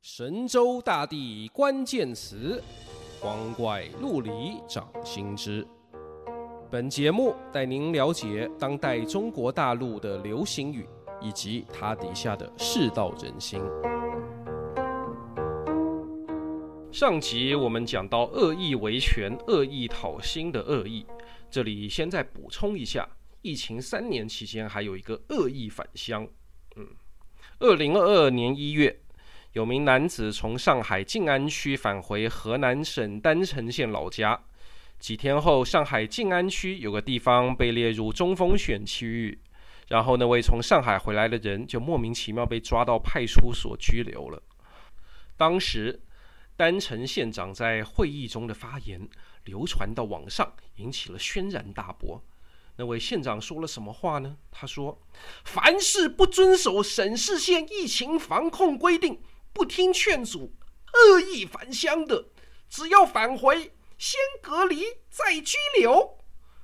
神州大地关键词，光怪陆离掌心之。本节目带您了解当代中国大陆的流行语以及它底下的世道人心。上集我们讲到恶意维权、恶意讨薪的恶意，这里先再补充一下，疫情3年期间还有一个恶意返乡。2022年1月，有名男子从上海静安区返回河南省郸城县老家，几天后，上海静安区有个地方被列入中风险区域，然后那位从上海回来的人就莫名其妙被抓到派出所拘留了。当时丹城县长在会议中的发言流传到网上，引起了轩然大波。那位县长说了什么话呢？他说：凡是不遵守省市县疫情防控规定，不听劝阻，恶意返乡的，只要返回先隔离再拘留。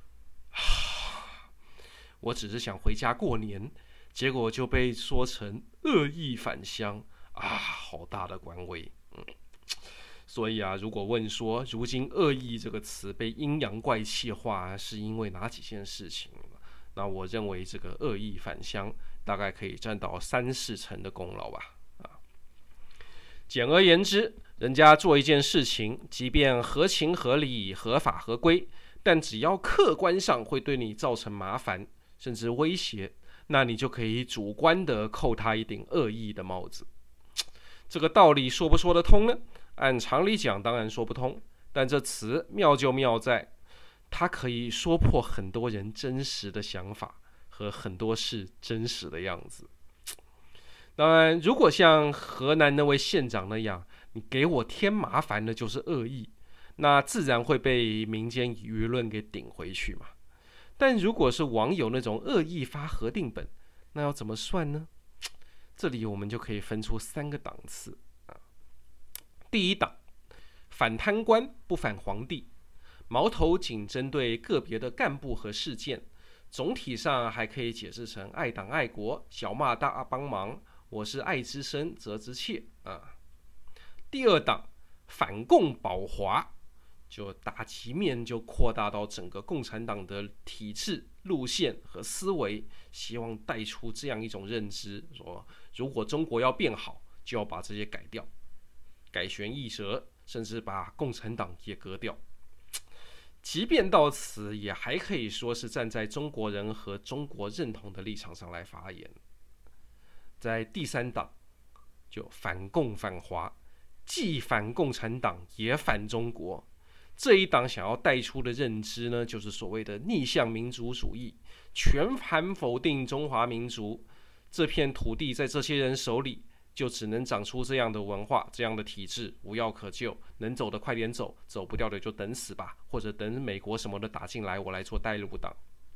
我只是想回家过年，结果就被说成恶意返乡啊，好大的官威。所以如果问说如今恶意这个词被阴阳怪气化是因为哪几件事情，那我认为这个恶意返乡大概可以占到3-4成的功劳吧。简而言之，人家做一件事情，即便合情合理、合法合规，但只要客观上会对你造成麻烦甚至威胁，那你就可以主观的扣他一顶恶意的帽子。这个道理说不说得通呢？按常理讲当然说不通，但这词妙就妙在它可以说破很多人真实的想法和很多事真实的样子。当然，如果像河南那位县长那样，你给我添麻烦的就是恶意，那自然会被民间舆论给顶回去嘛。但如果是网友那种恶意发核定本，那要怎么算呢？这里我们就可以分出3个档次。第一档，反贪官不反皇帝，矛头仅针对个别的干部和事件，总体上还可以解释成爱党爱国，小骂大帮忙，我是爱之深责之切第二档，反共保华，就打击面就扩大到整个共产党的体制、路线和思维，希望带出这样一种认知，说如果中国要变好，就要把这些改掉，改弦易辙，甚至把共产党也革掉。即便到此，也还可以说是站在中国人和中国认同的立场上来发言。在第3档，就反共反华，既反共产党也反中国。这一档想要带出的认知呢，就是所谓的逆向民族主义，全盘否定中华民族。这片土地在这些人手里，就只能长出这样的文化、这样的体制，无药可救，能走的快点走，走不掉的就等死吧，或者等美国什么的打进来，我来做带路党。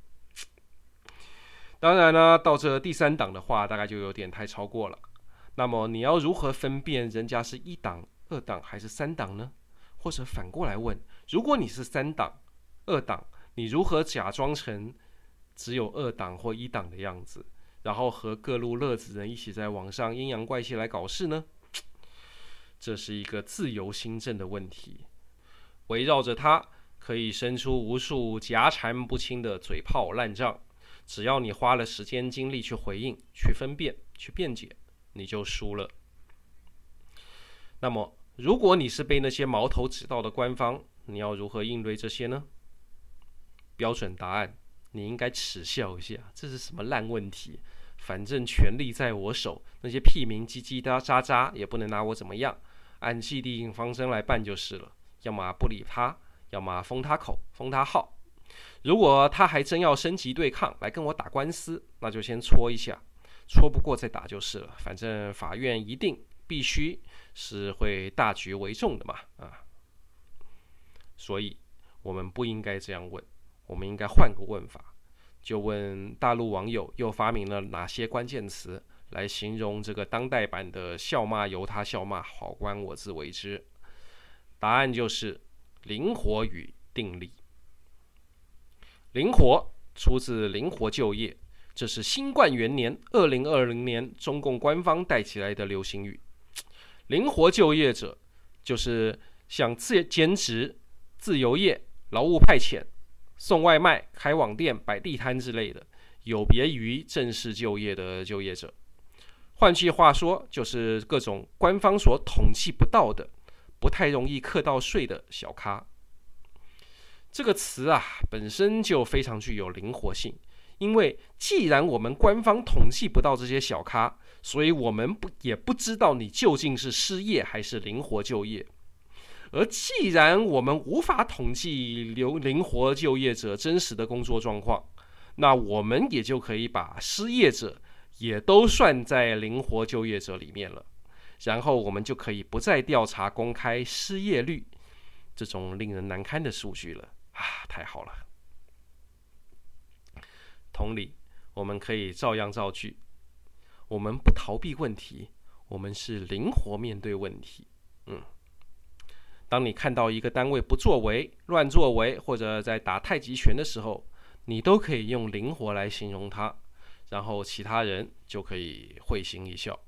当然呢，到这第3档的话，大概就有点太超过了。那么你要如何分辨人家是1档、2档还是3档呢？或者反过来问，如果你是3档、2档，你如何假装成只有2档或1档的样子，然后和各路乐子人一起在网上阴阳怪气来搞事呢？这是一个自由心证的问题，围绕着它可以生出无数夹缠不清的嘴炮烂仗，只要你花了时间精力去回应、去分辨、去辩解，你就输了。那么如果你是被那些矛头指到的官方，你要如何应对这些呢？标准答案，你应该耻笑一下，这是什么烂问题？反正权力在我手，那些屁民叽叽喳喳也不能拿我怎么样，按既定方针来办就是了。要么不理他，要么封他口、封他号。如果他还真要升级对抗，来跟我打官司，那就先戳一下，戳不过再打就是了。反正法院一定必须是会大局为重的嘛所以我们不应该这样问，我们应该换个问法，就问大陆网友又发明了哪些关键词来形容这个当代版的笑骂由他笑骂，好官我自为之。答案就是灵活与定力。灵活出自灵活就业，这是新冠元年2020年中共官方带起来的流行语。 灵活就业者就是像兼职、自由业、劳务派遣、送外卖、开网店、摆地摊之类的，有别于正式就业的就业者。换句话说，就是各种官方所统计不到的、不太容易课到税的小咖。这个词啊，本身就非常具有灵活性，因为既然我们官方统计不到这些小咖，所以我们也不知道你究竟是失业还是灵活就业。而既然我们无法统计灵活就业者真实的工作状况，那我们也就可以把失业者也都算在灵活就业者里面了。然后我们就可以不再调查公开失业率这种令人难堪的数据了啊！太好了。同理，我们可以照样造句。我们不逃避问题，我们是灵活面对问题。当你看到一个单位不作为、乱作为，或者在打太极拳的时候，你都可以用灵活来形容它，然后其他人就可以会心一笑。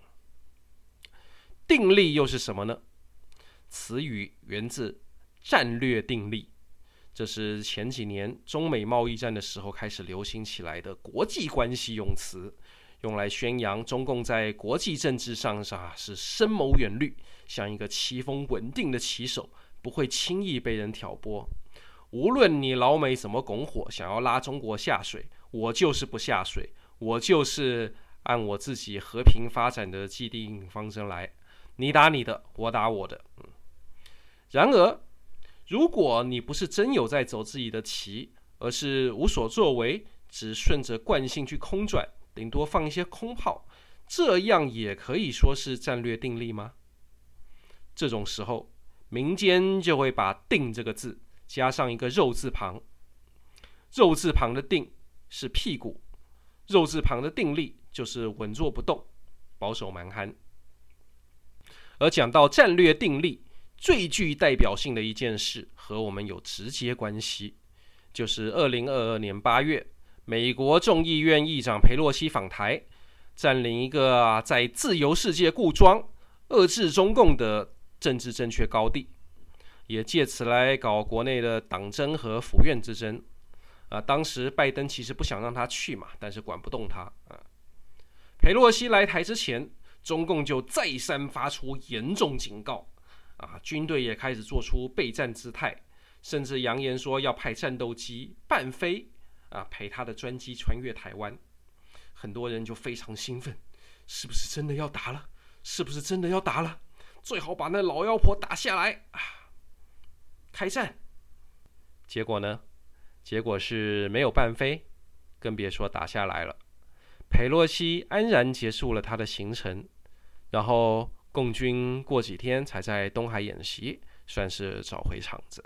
定力又是什么呢？词语源自战略定力，这是前几年中美贸易战的时候开始流行起来的国际关系用词，用来宣扬中共在国际政治上是深谋远虑，像一个棋风稳定的棋手，不会轻易被人挑拨。无论你老美怎么拱火，想要拉中国下水，我就是不下水，我就是按我自己和平发展的既定方针来，你打你的，我打我的。然而，如果你不是真有在走自己的棋，而是无所作为，只顺着惯性去空转，顶多放一些空炮，这样也可以说是战略定力吗？这种时候，民间就会把定这个字加上一个肉字旁，肉字旁的定是屁股，肉字旁的定力就是稳坐不动，保守蛮憨。而讲到战略定力，最具代表性的一件事和我们有直接关系，就是2022年8月，美国众议院议长裴洛西访台，占领一个在自由世界固装、遏制中共的政治正确高地，也借此来搞国内的党争和府院之争。当时拜登其实不想让他去嘛，但是管不动他。裴洛西来台之前，中共就再三发出严重警告，军队也开始做出备战姿态，甚至扬言说要派战斗机伴飞陪他的专机穿越台湾。很多人就非常兴奋，是不是真的要打了？是不是真的要打了？最好把那老妖婆打下来开战。结果呢？结果是没有伴飞，更别说打下来了。裴洛西安然结束了他的行程，然后共军过几天才在东海演习，算是找回场子。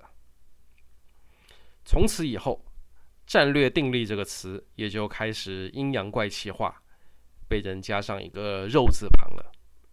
从此以后，战略定力这个词也就开始阴阳怪气化，被人加上一个肉字旁了。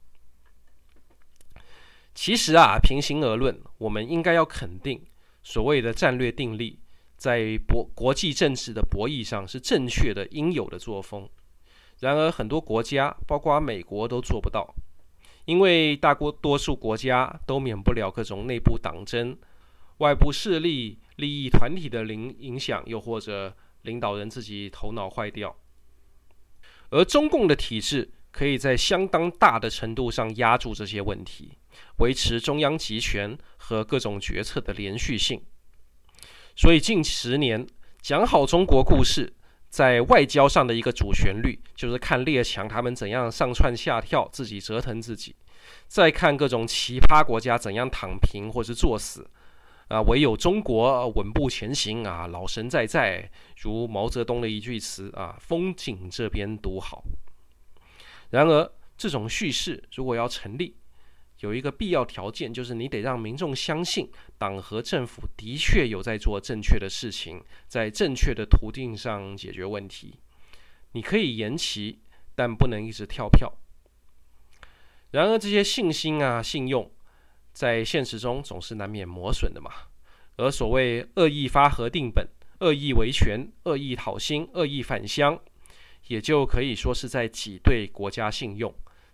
其实平心而论，我们应该要肯定所谓的战略定力在国际政治的博弈上是正确的、应有的作风。然而很多国家，包括美国都做不到，因为大多数国家都免不了各种内部党争、外部势力、利益团体的影响，又或者领导人自己头脑坏掉。而中共的体制可以在相当大的程度上压住这些问题，维持中央集权和各种决策的连续性。所以近10年讲好中国故事，在外交上的一个主旋律，就是看列强他们怎样上蹿下跳，自己折腾自己；再看各种奇葩国家怎样躺平或是作死。唯有中国稳步前行老神在，如毛泽东的一句词风景这边独好。然而，这种叙事如果要成立，有一个必要条件，就是你得让民众相信党和政府的确有在做正确的事情，在正确的途径上解决问题。你可以延期，但不能一直跳票。然而这些信心信用在现实中总是难免磨损的嘛。而所谓恶意发核定本、恶意维权、恶意讨薪、恶意返乡，也就可以说是在挤兑国家信用，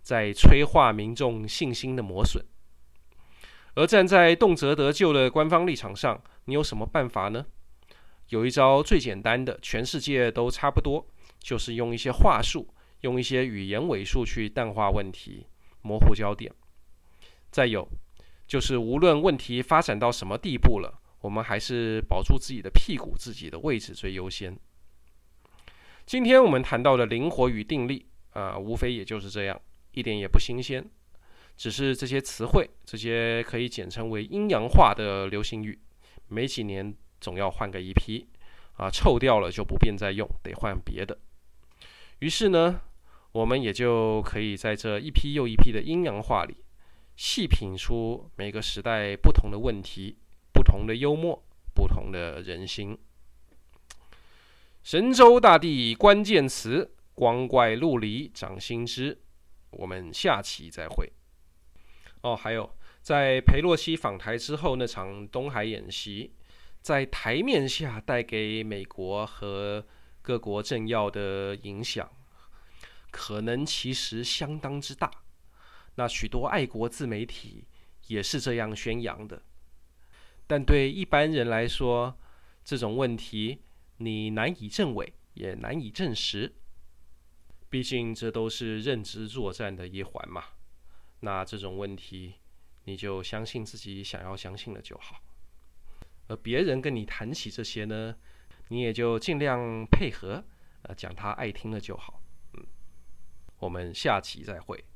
在催化民众信心的磨损。而站在动辄得咎的官方立场上，你有什么办法呢？有一招最简单的，全世界都差不多，就是用一些话术，用一些语言尾数去淡化问题，模糊焦点。再有，就是无论问题发展到什么地步了，我们还是保住自己的屁股、自己的位置最优先。今天我们谈到的灵活与定力无非也就是这样，一点也不新鲜。只是这些词汇，这些可以简称为阴阳化的流行语，没几年总要换个一批臭掉了就不便再用，得换别的。于是呢，我们也就可以在这一批又一批的阴阳话里，细品出每个时代不同的问题、不同的幽默、不同的人心。神州大地关键词，光怪陆离掌心之。我们下期再会。还有，在裴洛西访台之后那场东海演习，在台面下带给美国和各国政要的影响，可能其实相当之大。那许多爱国自媒体也是这样宣扬的。但对一般人来说，这种问题你难以证伪，也难以证实。毕竟这都是认知作战的一环嘛。那这种问题，你就相信自己想要相信的就好。而别人跟你谈起这些呢，你也就尽量配合，讲他爱听的就好。我们下期再会。